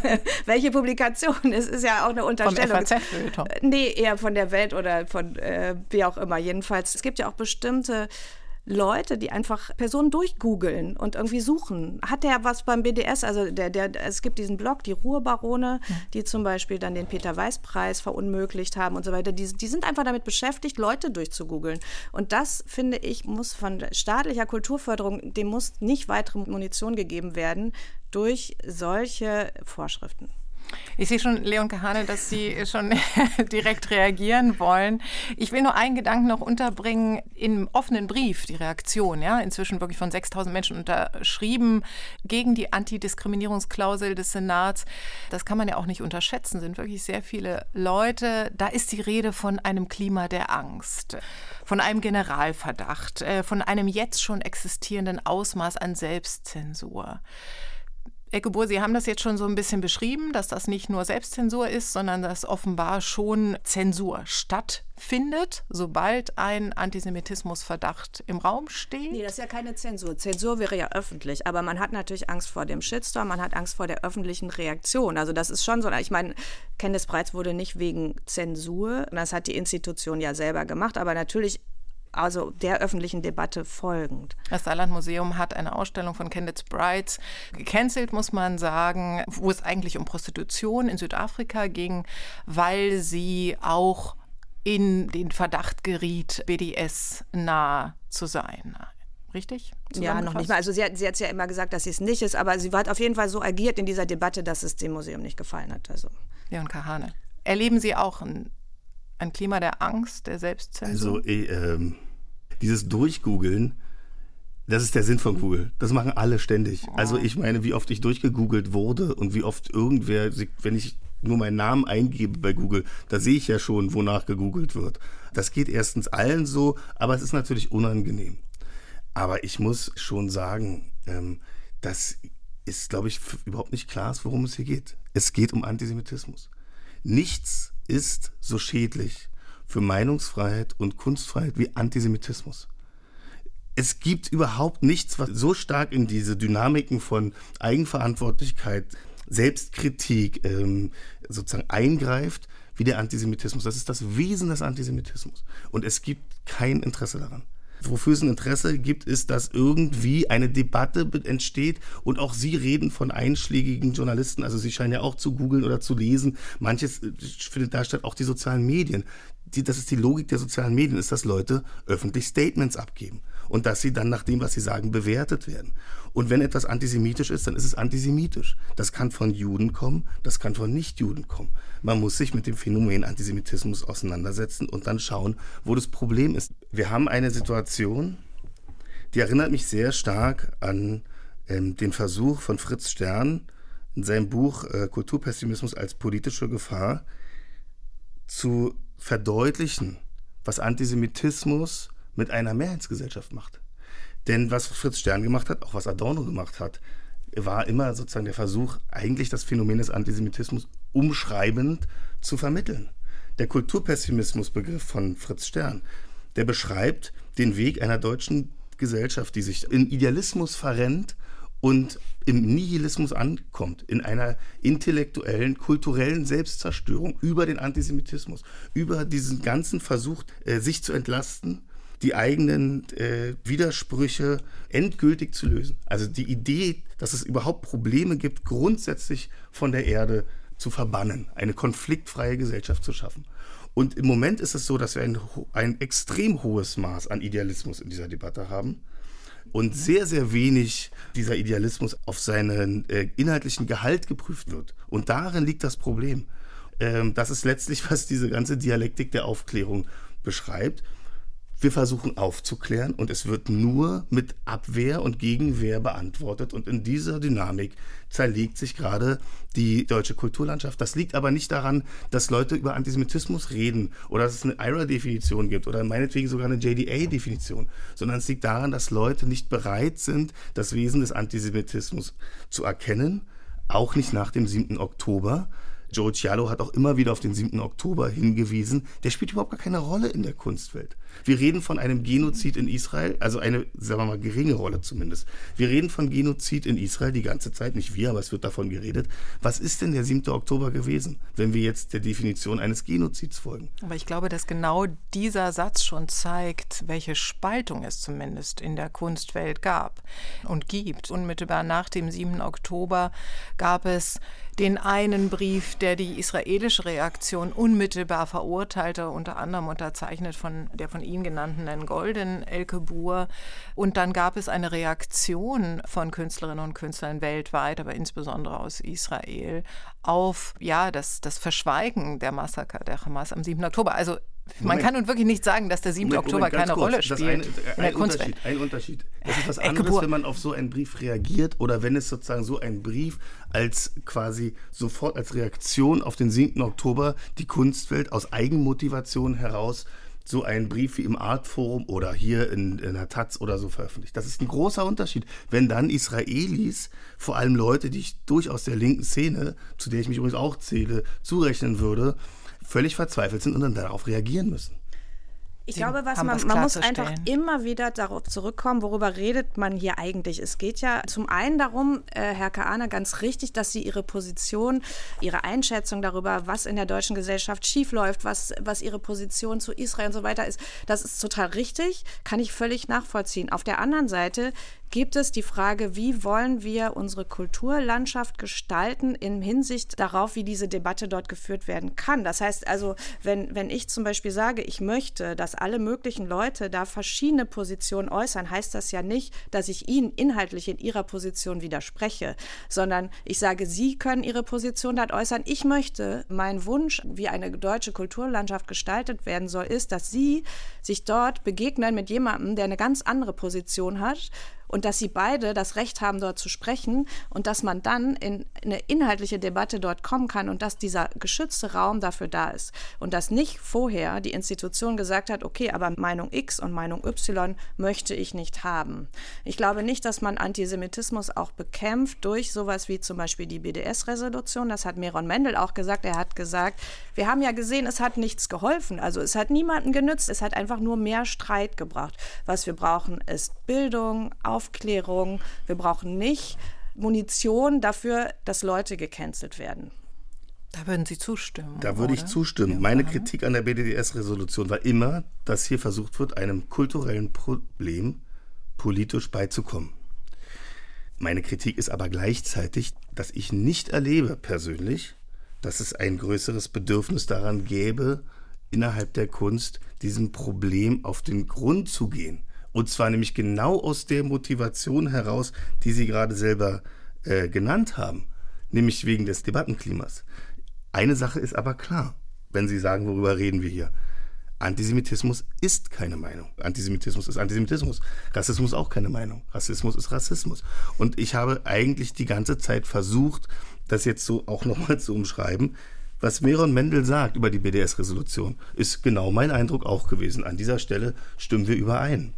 Publikation. Es ist ja auch eine Unterstellung. Vom FAZ-Feuilleton. Nee, eher von der Welt oder von wie auch immer. Jedenfalls, es gibt ja auch bestimmte Leute, die einfach Personen durchgoogeln und irgendwie suchen. Hat der was beim BDS? Also es gibt diesen Blog, die Ruhrbarone, die zum Beispiel dann den Peter-Weiß-Preis verunmöglicht haben und so weiter. Die sind einfach damit beschäftigt, Leute durchzugoogeln. Und das, finde ich, muss von staatlicher Kulturförderung, dem muss nicht weitere Munition gegeben werden durch solche Vorschriften. Ich sehe schon, Leon Kahane, dass Sie schon direkt reagieren wollen. Ich will nur einen Gedanken noch unterbringen. Im offenen Brief, die Reaktion, ja, inzwischen wirklich von 6.000 Menschen unterschrieben gegen die Antidiskriminierungsklausel des Senats. Das kann man ja auch nicht unterschätzen, sind wirklich sehr viele Leute. Da ist die Rede von einem Klima der Angst, von einem Generalverdacht, von einem jetzt schon existierenden Ausmaß an Selbstzensur. Elke Buhr, Sie haben das jetzt schon so ein bisschen beschrieben, dass das nicht nur Selbstzensur ist, sondern dass offenbar schon Zensur stattfindet, sobald ein Antisemitismusverdacht im Raum steht. Nee, das ist ja keine Zensur. Zensur wäre ja öffentlich, aber man hat natürlich Angst vor dem Shitstorm, man hat Angst vor der öffentlichen Reaktion. Also das ist schon so, ich meine, Candice Breitz wurde nicht wegen Zensur, das hat die Institution ja selber gemacht, aber natürlich also der öffentlichen Debatte folgend. Das Saarland-Museum hat eine Ausstellung von Candice Breitz gecancelt, muss man sagen, wo es eigentlich um Prostitution in Südafrika ging, weil sie auch in den Verdacht geriet, BDS-nah zu sein. Richtig? Ja, noch nicht mal. Also sie hat es ja immer gesagt, dass sie es nicht ist, aber sie hat auf jeden Fall so agiert in dieser Debatte, dass es dem Museum nicht gefallen hat. Also. Leon Kahane. Erleben Sie auch ein Klima der Angst, der Selbstzensur? Also dieses Durchgoogeln, das ist der Sinn von Google. Das machen alle ständig. Oh. Also ich meine, wie oft ich durchgegoogelt wurde und wie oft irgendwer, wenn ich nur meinen Namen eingebe bei Google, da sehe ich ja schon, wonach gegoogelt wird. Das geht erstens allen so, aber es ist natürlich unangenehm. Aber ich muss schon sagen, das ist, glaube ich, überhaupt nicht klar, worum es hier geht. Es geht um Antisemitismus. Nichts ist so schädlich für Meinungsfreiheit und Kunstfreiheit wie Antisemitismus. Es gibt überhaupt nichts, was so stark in diese Dynamiken von Eigenverantwortlichkeit, Selbstkritik sozusagen eingreift, wie der Antisemitismus. Das ist das Wesen des Antisemitismus. Und es gibt kein Interesse daran. Wofür es ein Interesse gibt, ist, dass irgendwie eine Debatte entsteht und auch Sie reden von einschlägigen Journalisten, also Sie scheinen ja auch zu googeln oder zu lesen. Manches findet da statt, auch die sozialen Medien. Das ist die Logik der sozialen Medien, ist, dass Leute öffentlich Statements abgeben und dass sie dann nach dem, was sie sagen, bewertet werden. Und wenn etwas antisemitisch ist, dann ist es antisemitisch. Das kann von Juden kommen, das kann von Nichtjuden kommen. Man muss sich mit dem Phänomen Antisemitismus auseinandersetzen und dann schauen, wo das Problem ist. Wir haben eine Situation, die erinnert mich sehr stark an den Versuch von Fritz Stern in seinem Buch Kulturpessimismus als politische Gefahr zu verdeutlichen, was Antisemitismus mit einer Mehrheitsgesellschaft macht. Denn was Fritz Stern gemacht hat, auch was Adorno gemacht hat, war immer sozusagen der Versuch, eigentlich das Phänomen des Antisemitismus umschreibend zu vermitteln. Der Kulturpessimismusbegriff von Fritz Stern, der beschreibt den Weg einer deutschen Gesellschaft, die sich in Idealismus verrennt und im Nihilismus ankommt, in einer intellektuellen, kulturellen Selbstzerstörung über den Antisemitismus, über diesen ganzen Versuch, sich zu entlasten, die eigenen Widersprüche endgültig zu lösen. Also die Idee, dass es überhaupt Probleme gibt, grundsätzlich von der Erde zu verbannen, eine konfliktfreie Gesellschaft zu schaffen. Und im Moment ist es so, dass wir ein extrem hohes Maß an Idealismus in dieser Debatte haben und sehr, sehr wenig dieser Idealismus auf seinen inhaltlichen Gehalt geprüft wird. Und darin liegt das Problem. Das ist letztlich, was diese ganze Dialektik der Aufklärung beschreibt. Wir versuchen aufzuklären und es wird nur mit Abwehr und Gegenwehr beantwortet. Und in dieser Dynamik zerlegt sich gerade die deutsche Kulturlandschaft. Das liegt aber nicht daran, dass Leute über Antisemitismus reden oder dass es eine IHRA-Definition gibt oder meinetwegen sogar eine JDA-Definition, sondern es liegt daran, dass Leute nicht bereit sind, das Wesen des Antisemitismus zu erkennen, auch nicht nach dem 7. Oktober. Joe Cialo hat auch immer wieder auf den 7. Oktober hingewiesen. Der spielt überhaupt gar keine Rolle in der Kunstwelt. Wir reden von einem Genozid in Israel, also eine, sagen wir mal, geringe Rolle zumindest. Wir reden von Genozid in Israel die ganze Zeit, nicht wir, aber es wird davon geredet. Was ist denn der 7. Oktober gewesen, wenn wir jetzt der Definition eines Genozids folgen? Aber ich glaube, dass genau dieser Satz schon zeigt, welche Spaltung es zumindest in der Kunstwelt gab und gibt. Unmittelbar nach dem 7. Oktober gab es den einen Brief, der die israelische Reaktion unmittelbar verurteilte, unter anderem unterzeichnet von der von Ihnen genannten Nen Goldin, Elke Buhr. Und dann gab es eine Reaktion von Künstlerinnen und Künstlern weltweit, aber insbesondere aus Israel, auf das Verschweigen der Massaker der Hamas am 7. Oktober. Also man kann nun wirklich nicht sagen, dass der 7. Oktober keine Rolle spielt in der Kunstwelt. Ein Unterschied. Es ist was anderes, wenn man auf so einen Brief reagiert oder wenn es sozusagen so ein Brief als quasi sofort als Reaktion auf den 7. Oktober die Kunstwelt aus Eigenmotivation heraus so einen Brief wie im Artforum oder hier in der Taz oder so veröffentlicht. Das ist ein großer Unterschied. Wenn dann Israelis, vor allem Leute, die ich durchaus der linken Szene, zu der ich mich übrigens auch zähle, zurechnen würde, völlig verzweifelt sind und dann darauf reagieren müssen. Ich glaube, man muss einfach immer wieder darauf zurückkommen, worüber redet man hier eigentlich. Es geht ja zum einen darum, Herr Kahane, ganz richtig, dass Sie Ihre Position, Ihre Einschätzung darüber, was in der deutschen Gesellschaft schiefläuft, was Ihre Position zu Israel und so weiter ist, das ist total richtig, kann ich völlig nachvollziehen. Auf der anderen Seite gibt es die Frage, wie wollen wir unsere Kulturlandschaft gestalten in Hinsicht darauf, wie diese Debatte dort geführt werden kann. Das heißt also, wenn ich zum Beispiel sage, ich möchte, dass alle möglichen Leute da verschiedene Positionen äußern, heißt das ja nicht, dass ich ihnen inhaltlich in ihrer Position widerspreche, sondern ich sage, sie können ihre Position dort äußern. Ich möchte, mein Wunsch, wie eine deutsche Kulturlandschaft gestaltet werden soll, ist, dass sie sich dort begegnen mit jemandem, der eine ganz andere Position hat, und dass sie beide das Recht haben, dort zu sprechen und dass man dann in eine inhaltliche Debatte dort kommen kann und dass dieser geschützte Raum dafür da ist. Und dass nicht vorher die Institution gesagt hat, okay, aber Meinung X und Meinung Y möchte ich nicht haben. Ich glaube nicht, dass man Antisemitismus auch bekämpft durch sowas wie zum Beispiel die BDS-Resolution. Das hat Meron Mendel auch gesagt. Er hat gesagt, wir haben ja gesehen, es hat nichts geholfen. Also es hat niemanden genützt. Es hat einfach nur mehr Streit gebracht. Was wir brauchen, ist Bildung, Aufklärung. Wir brauchen nicht Munition dafür, dass Leute gecancelt werden. Da würden Sie zustimmen. Da würde ich zustimmen. Meine Kritik an der BDS-Resolution war immer, dass hier versucht wird, einem kulturellen Problem politisch beizukommen. Meine Kritik ist aber gleichzeitig, dass ich nicht erlebe persönlich, dass es ein größeres Bedürfnis daran gäbe, innerhalb der Kunst diesem Problem auf den Grund zu gehen. Und zwar nämlich genau aus der Motivation heraus, die Sie gerade selber genannt haben, nämlich wegen des Debattenklimas. Eine Sache ist aber klar, wenn Sie sagen, worüber reden wir hier. Antisemitismus ist keine Meinung. Antisemitismus ist Antisemitismus. Rassismus auch keine Meinung. Rassismus ist Rassismus. Und ich habe eigentlich die ganze Zeit versucht, das jetzt so auch nochmal zu umschreiben. Was Meron Mendel sagt über die BDS-Resolution, ist genau mein Eindruck auch gewesen. An dieser Stelle stimmen wir überein.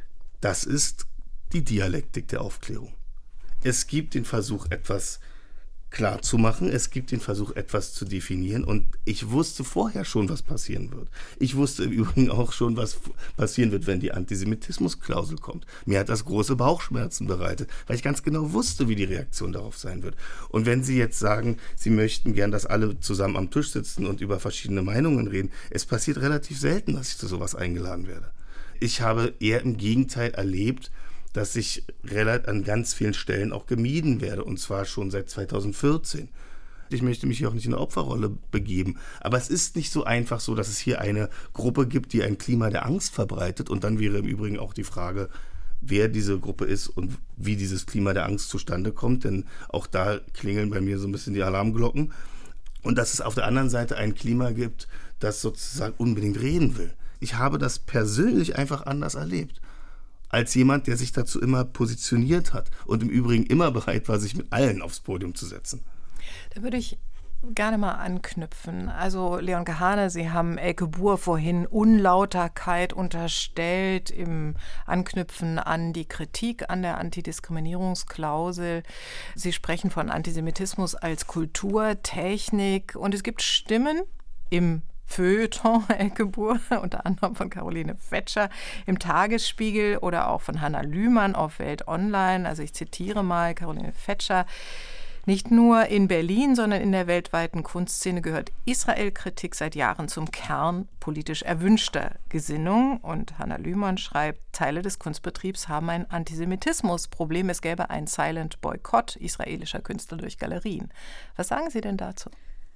Das ist die Dialektik der Aufklärung. Es gibt den Versuch, etwas klar zu machen. Es gibt den Versuch, etwas zu definieren. Und ich wusste vorher schon, was passieren wird. Ich wusste im Übrigen auch schon, was passieren wird, wenn die Antisemitismusklausel kommt. Mir hat das große Bauchschmerzen bereitet, weil ich ganz genau wusste, wie die Reaktion darauf sein wird. Und wenn Sie jetzt sagen, Sie möchten gern, dass alle zusammen am Tisch sitzen und über verschiedene Meinungen reden, es passiert relativ selten, dass ich zu sowas eingeladen werde. Ich habe eher im Gegenteil erlebt, dass ich an ganz vielen Stellen auch gemieden werde, und zwar schon seit 2014. Ich möchte mich hier auch nicht in eine Opferrolle begeben, aber es ist nicht so einfach so, dass es hier eine Gruppe gibt, die ein Klima der Angst verbreitet, und dann wäre im Übrigen auch die Frage, wer diese Gruppe ist und wie dieses Klima der Angst zustande kommt, denn auch da klingeln bei mir so ein bisschen die Alarmglocken, und dass es auf der anderen Seite ein Klima gibt, das sozusagen unbedingt reden will. Ich habe das persönlich einfach anders erlebt, als jemand, der sich dazu immer positioniert hat und im Übrigen immer bereit war, sich mit allen aufs Podium zu setzen. Da würde ich gerne mal anknüpfen. Also Leon Kahane, Sie haben Elke Buhr vorhin Unlauterkeit unterstellt im Anknüpfen an die Kritik an der Antidiskriminierungsklausel. Sie sprechen von Antisemitismus als Kulturtechnik, und es gibt Stimmen im Feuilleton Elke Buhr, unter anderem von Caroline Fetscher im Tagesspiegel oder auch von Hanna Lühmann auf Welt Online. Also ich zitiere mal Caroline Fetscher. Nicht nur in Berlin, sondern in der weltweiten Kunstszene gehört Israel-Kritik seit Jahren zum Kern politisch erwünschter Gesinnung. Und Hanna Lühmann schreibt, Teile des Kunstbetriebs haben ein Antisemitismusproblem. Es gäbe einen Silent Boykott israelischer Künstler durch Galerien. Was sagen Sie denn dazu?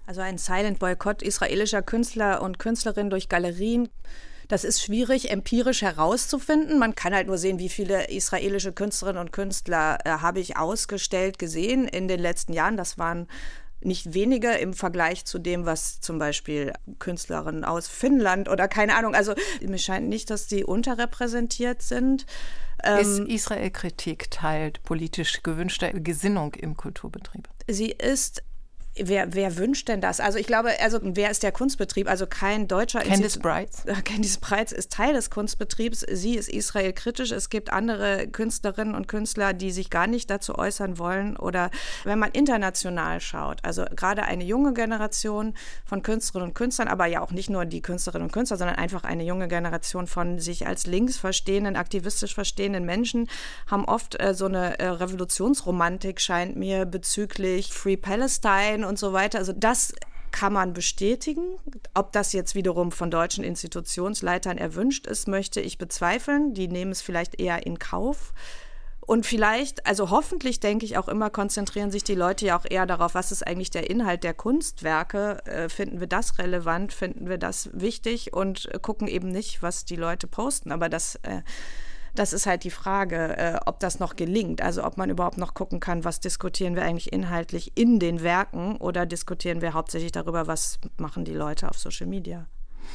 Also ein Silent Boykott israelischer Künstler und Künstlerinnen durch Galerien. Das ist schwierig, empirisch herauszufinden. Man kann halt nur sehen, wie viele israelische Künstlerinnen und Künstler habe ich ausgestellt gesehen in den letzten Jahren. Das waren nicht wenige im Vergleich zu dem, was zum Beispiel Künstlerinnen aus Finnland oder keine Ahnung. Also mir scheint nicht, dass die unterrepräsentiert sind. Ist Israel-Kritik Teil politisch gewünschter Gesinnung im Kulturbetrieb? Sie ist... Wer wünscht denn das? Also ich glaube, wer ist der Kunstbetrieb? Also kein deutscher... Candice Breitz. Candice Breitz ist Teil des Kunstbetriebs. Sie ist israelkritisch. Es gibt andere Künstlerinnen und Künstler, die sich gar nicht dazu äußern wollen. Oder wenn man international schaut, also gerade eine junge Generation von Künstlerinnen und Künstlern, aber ja auch nicht nur die Künstlerinnen und Künstler, sondern einfach eine junge Generation von sich als links verstehenden, aktivistisch verstehenden Menschen, haben oft so eine Revolutionsromantik, scheint mir, bezüglich Free Palestine und so weiter. Also das kann man bestätigen. Ob das jetzt wiederum von deutschen Institutionsleitern erwünscht ist, möchte ich bezweifeln. Die nehmen es vielleicht eher in Kauf. Und vielleicht, also hoffentlich, denke ich auch immer, konzentrieren sich die Leute ja auch eher darauf, was ist eigentlich der Inhalt der Kunstwerke? Finden wir das relevant? Finden wir das wichtig? Und gucken eben nicht, was die Leute posten. Aber das ist halt die Frage, ob das noch gelingt. Also ob man überhaupt noch gucken kann, was diskutieren wir eigentlich inhaltlich in den Werken oder diskutieren wir hauptsächlich darüber, was machen die Leute auf Social Media.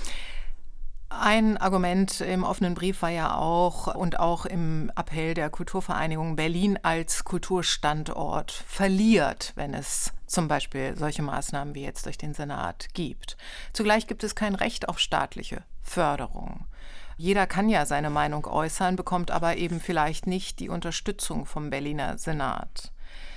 Ein Argument im offenen Brief war ja auch und auch im Appell der Kulturvereinigung, Berlin als Kulturstandort verliert, wenn es zum Beispiel solche Maßnahmen wie jetzt durch den Senat gibt. Zugleich gibt es kein Recht auf staatliche Förderung. Jeder kann ja seine Meinung äußern, bekommt aber eben vielleicht nicht die Unterstützung vom Berliner Senat.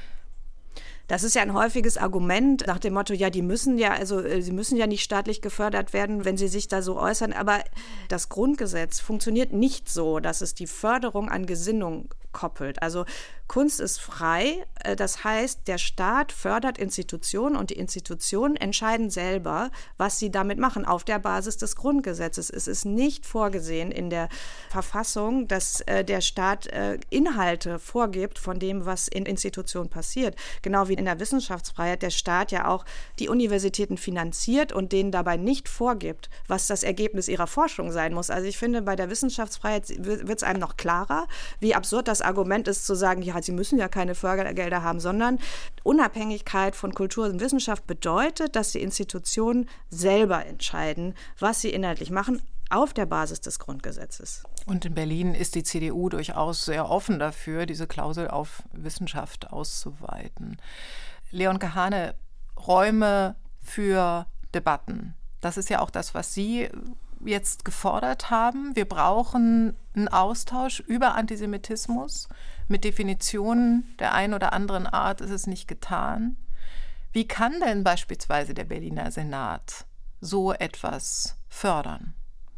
Das ist ja ein häufiges Argument nach dem Motto, ja, sie müssen ja nicht staatlich gefördert werden, wenn sie sich da so äußern. Aber das Grundgesetz funktioniert nicht so, dass es die Förderung an Gesinnung koppelt. Also Kunst ist frei, das heißt, der Staat fördert Institutionen und die Institutionen entscheiden selber, was sie damit machen, auf der Basis des Grundgesetzes. Es ist nicht vorgesehen in der Verfassung, dass der Staat Inhalte vorgibt von dem, was in Institutionen passiert. Genau wie in der Wissenschaftsfreiheit der Staat ja auch die Universitäten finanziert und denen dabei nicht vorgibt, was das Ergebnis ihrer Forschung sein muss. Also ich finde, bei der Wissenschaftsfreiheit wird es einem noch klarer, wie absurd das Argument ist, zu sagen, ja, sie müssen ja keine Fördergelder haben, sondern Unabhängigkeit von Kultur und Wissenschaft bedeutet, dass die Institutionen selber entscheiden, was sie inhaltlich machen, auf der Basis des Grundgesetzes. Und in Berlin ist die CDU durchaus sehr offen dafür, diese Klausel auf Wissenschaft auszuweiten. Leon Kahane, Räume für Debatten. Das ist ja auch das, was Sie jetzt gefordert haben. Wir brauchen einen Austausch über Antisemitismus. Mit Definitionen der einen oder anderen Art ist es nicht getan. Wie kann denn beispielsweise der Berliner Senat so etwas fördern?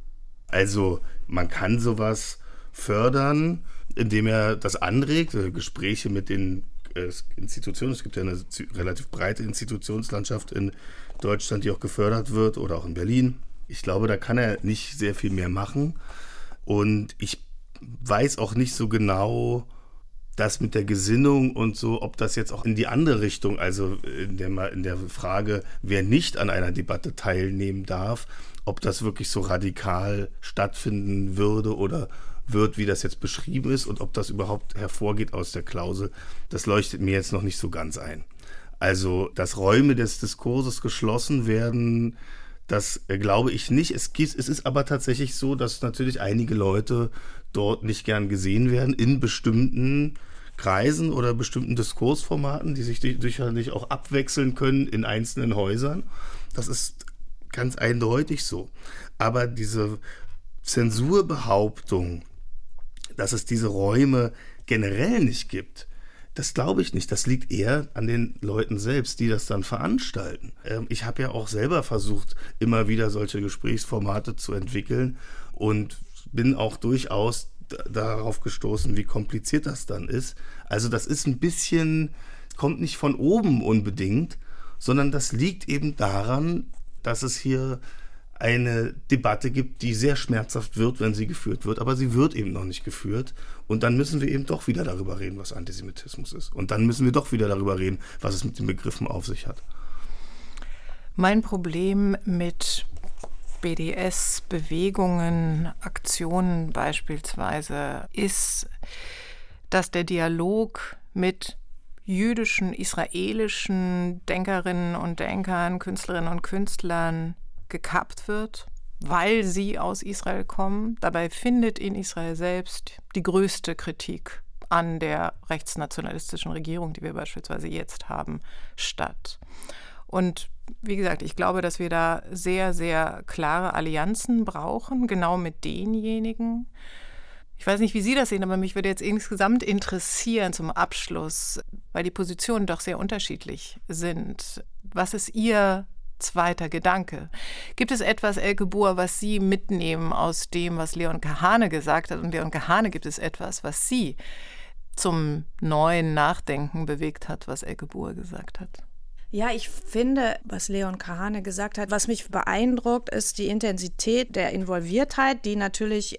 Also man kann sowas fördern, indem er das anregt, Gespräche mit den Institutionen. Es gibt ja eine relativ breite Institutionslandschaft in Deutschland, die auch gefördert wird oder auch in Berlin. Ich glaube, da kann er nicht sehr viel mehr machen. Und ich weiß auch nicht so genau, das mit der Gesinnung und so, ob das jetzt auch in die andere Richtung, also in der Frage, wer nicht an einer Debatte teilnehmen darf, ob das wirklich so radikal stattfinden würde oder wird, wie das jetzt beschrieben ist und ob das überhaupt hervorgeht aus der Klausel, das leuchtet mir jetzt noch nicht so ganz ein. Also, dass Räume des Diskurses geschlossen werden, das glaube ich nicht. Es ist aber tatsächlich so, dass natürlich einige Leute dort nicht gern gesehen werden in bestimmten Kreisen oder bestimmten Diskursformaten, die sich sicherlich auch abwechseln können in einzelnen Häusern. Das ist ganz eindeutig so. Aber diese Zensurbehauptung, dass es diese Räume generell nicht gibt, das glaube ich nicht. Das liegt eher an den Leuten selbst, die das dann veranstalten. Ich habe ja auch selber versucht, immer wieder solche Gesprächsformate zu entwickeln und bin auch durchaus darauf gestoßen, wie kompliziert das dann ist. Also das ist ein bisschen, kommt nicht von oben unbedingt, sondern das liegt eben daran, dass es hier eine Debatte gibt, die sehr schmerzhaft wird, wenn sie geführt wird, aber sie wird eben noch nicht geführt. Und dann müssen wir eben doch wieder darüber reden, was Antisemitismus ist. Und dann müssen wir doch wieder darüber reden, was es mit den Begriffen auf sich hat. Mein Problem mit BDS-Bewegungen, Aktionen beispielsweise, ist, dass der Dialog mit jüdischen, israelischen Denkerinnen und Denkern, Künstlerinnen und Künstlern gekappt wird, weil sie aus Israel kommen. Dabei findet in Israel selbst die größte Kritik an der rechtsnationalistischen Regierung, die wir beispielsweise jetzt haben, statt. Und wie gesagt, ich glaube, dass wir da sehr, sehr klare Allianzen brauchen, genau mit denjenigen. Ich weiß nicht, wie Sie das sehen, aber mich würde jetzt insgesamt interessieren zum Abschluss, weil die Positionen doch sehr unterschiedlich sind. Was ist Ihr zweiter Gedanke? Gibt es etwas, Elke Buhr, was Sie mitnehmen aus dem, was Leon Kahane gesagt hat? Und Leon Kahane, gibt es etwas, was Sie zum neuen Nachdenken bewegt hat, was Elke Buhr gesagt hat? Ja, ich finde, was Leon Kahane gesagt hat, was mich beeindruckt, ist die Intensität der Involviertheit, die natürlich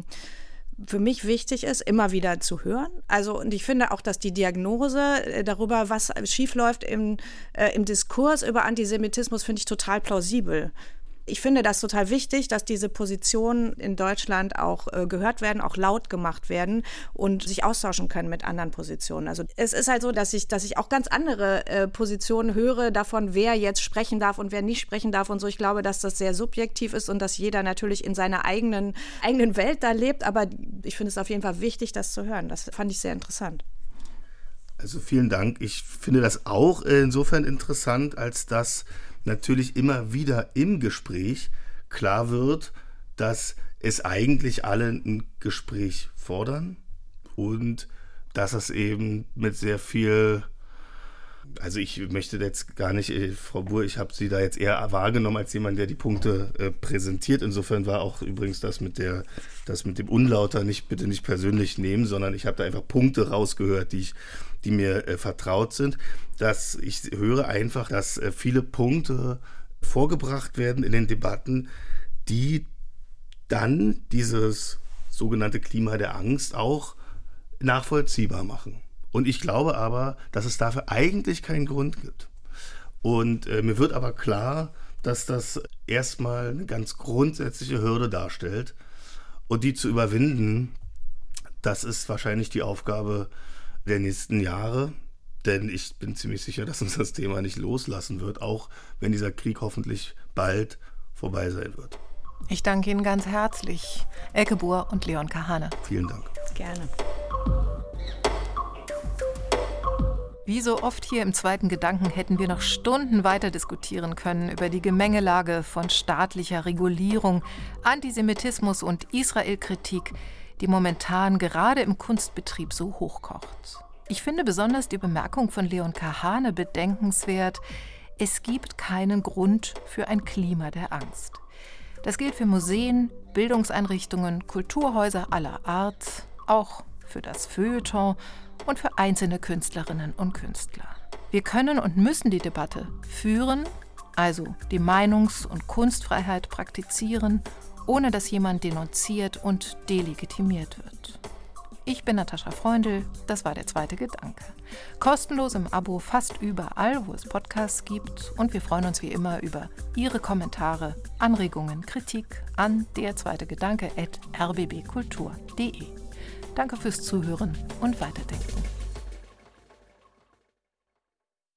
für mich wichtig ist, immer wieder zu hören. Also, und ich finde auch, dass die Diagnose darüber, was schiefläuft im Diskurs über Antisemitismus, finde ich total plausibel. Ich finde das total wichtig, dass diese Positionen in Deutschland auch gehört werden, auch laut gemacht werden und sich austauschen können mit anderen Positionen. Also es ist halt so, dass ich auch ganz andere Positionen höre davon, wer jetzt sprechen darf und wer nicht sprechen darf und so. Ich glaube, dass das sehr subjektiv ist und dass jeder natürlich in seiner eigenen Welt da lebt. Aber ich finde es auf jeden Fall wichtig, das zu hören. Das fand ich sehr interessant. Also vielen Dank. Ich finde das auch insofern interessant, als dass natürlich immer wieder im Gespräch klar wird, dass es eigentlich alle ein Gespräch fordern und dass es eben mit sehr viel, also ich möchte jetzt gar nicht, Frau Buhr, ich habe Sie da jetzt eher wahrgenommen als jemand, der die Punkte präsentiert. Insofern war auch übrigens das mit dem Unlauter bitte nicht persönlich nehmen, sondern ich habe da einfach Punkte rausgehört, die mir vertraut sind. Dass ich höre einfach, dass viele Punkte vorgebracht werden in den Debatten, die dann dieses sogenannte Klima der Angst auch nachvollziehbar machen. Und ich glaube aber, dass es dafür eigentlich keinen Grund gibt. Und mir wird aber klar, dass das erstmal eine ganz grundsätzliche Hürde darstellt. Und die zu überwinden, das ist wahrscheinlich die Aufgabe der nächsten Jahre. Denn ich bin ziemlich sicher, dass uns das Thema nicht loslassen wird, auch wenn dieser Krieg hoffentlich bald vorbei sein wird. Ich danke Ihnen ganz herzlich, Elke Buhr und Leon Kahane. Vielen Dank. Gerne. Wie so oft hier im zweiten Gedanken hätten wir noch Stunden weiter diskutieren können über die Gemengelage von staatlicher Regulierung, Antisemitismus und Israel-Kritik, die momentan gerade im Kunstbetrieb so hochkocht. Ich finde besonders die Bemerkung von Leon Kahane bedenkenswert: Es gibt keinen Grund für ein Klima der Angst. Das gilt für Museen, Bildungseinrichtungen, Kulturhäuser aller Art, auch für das Feuilleton und für einzelne Künstlerinnen und Künstler. Wir können und müssen die Debatte führen, also die Meinungs- und Kunstfreiheit praktizieren, ohne dass jemand denunziert und delegitimiert wird. Ich bin Natascha Freundl, das war der zweite Gedanke. Kostenlos im Abo fast überall, wo es Podcasts gibt. Und wir freuen uns wie immer über Ihre Kommentare, Anregungen, Kritik an derzweitegedanke@rbbkultur.de. Danke fürs Zuhören und Weiterdenken.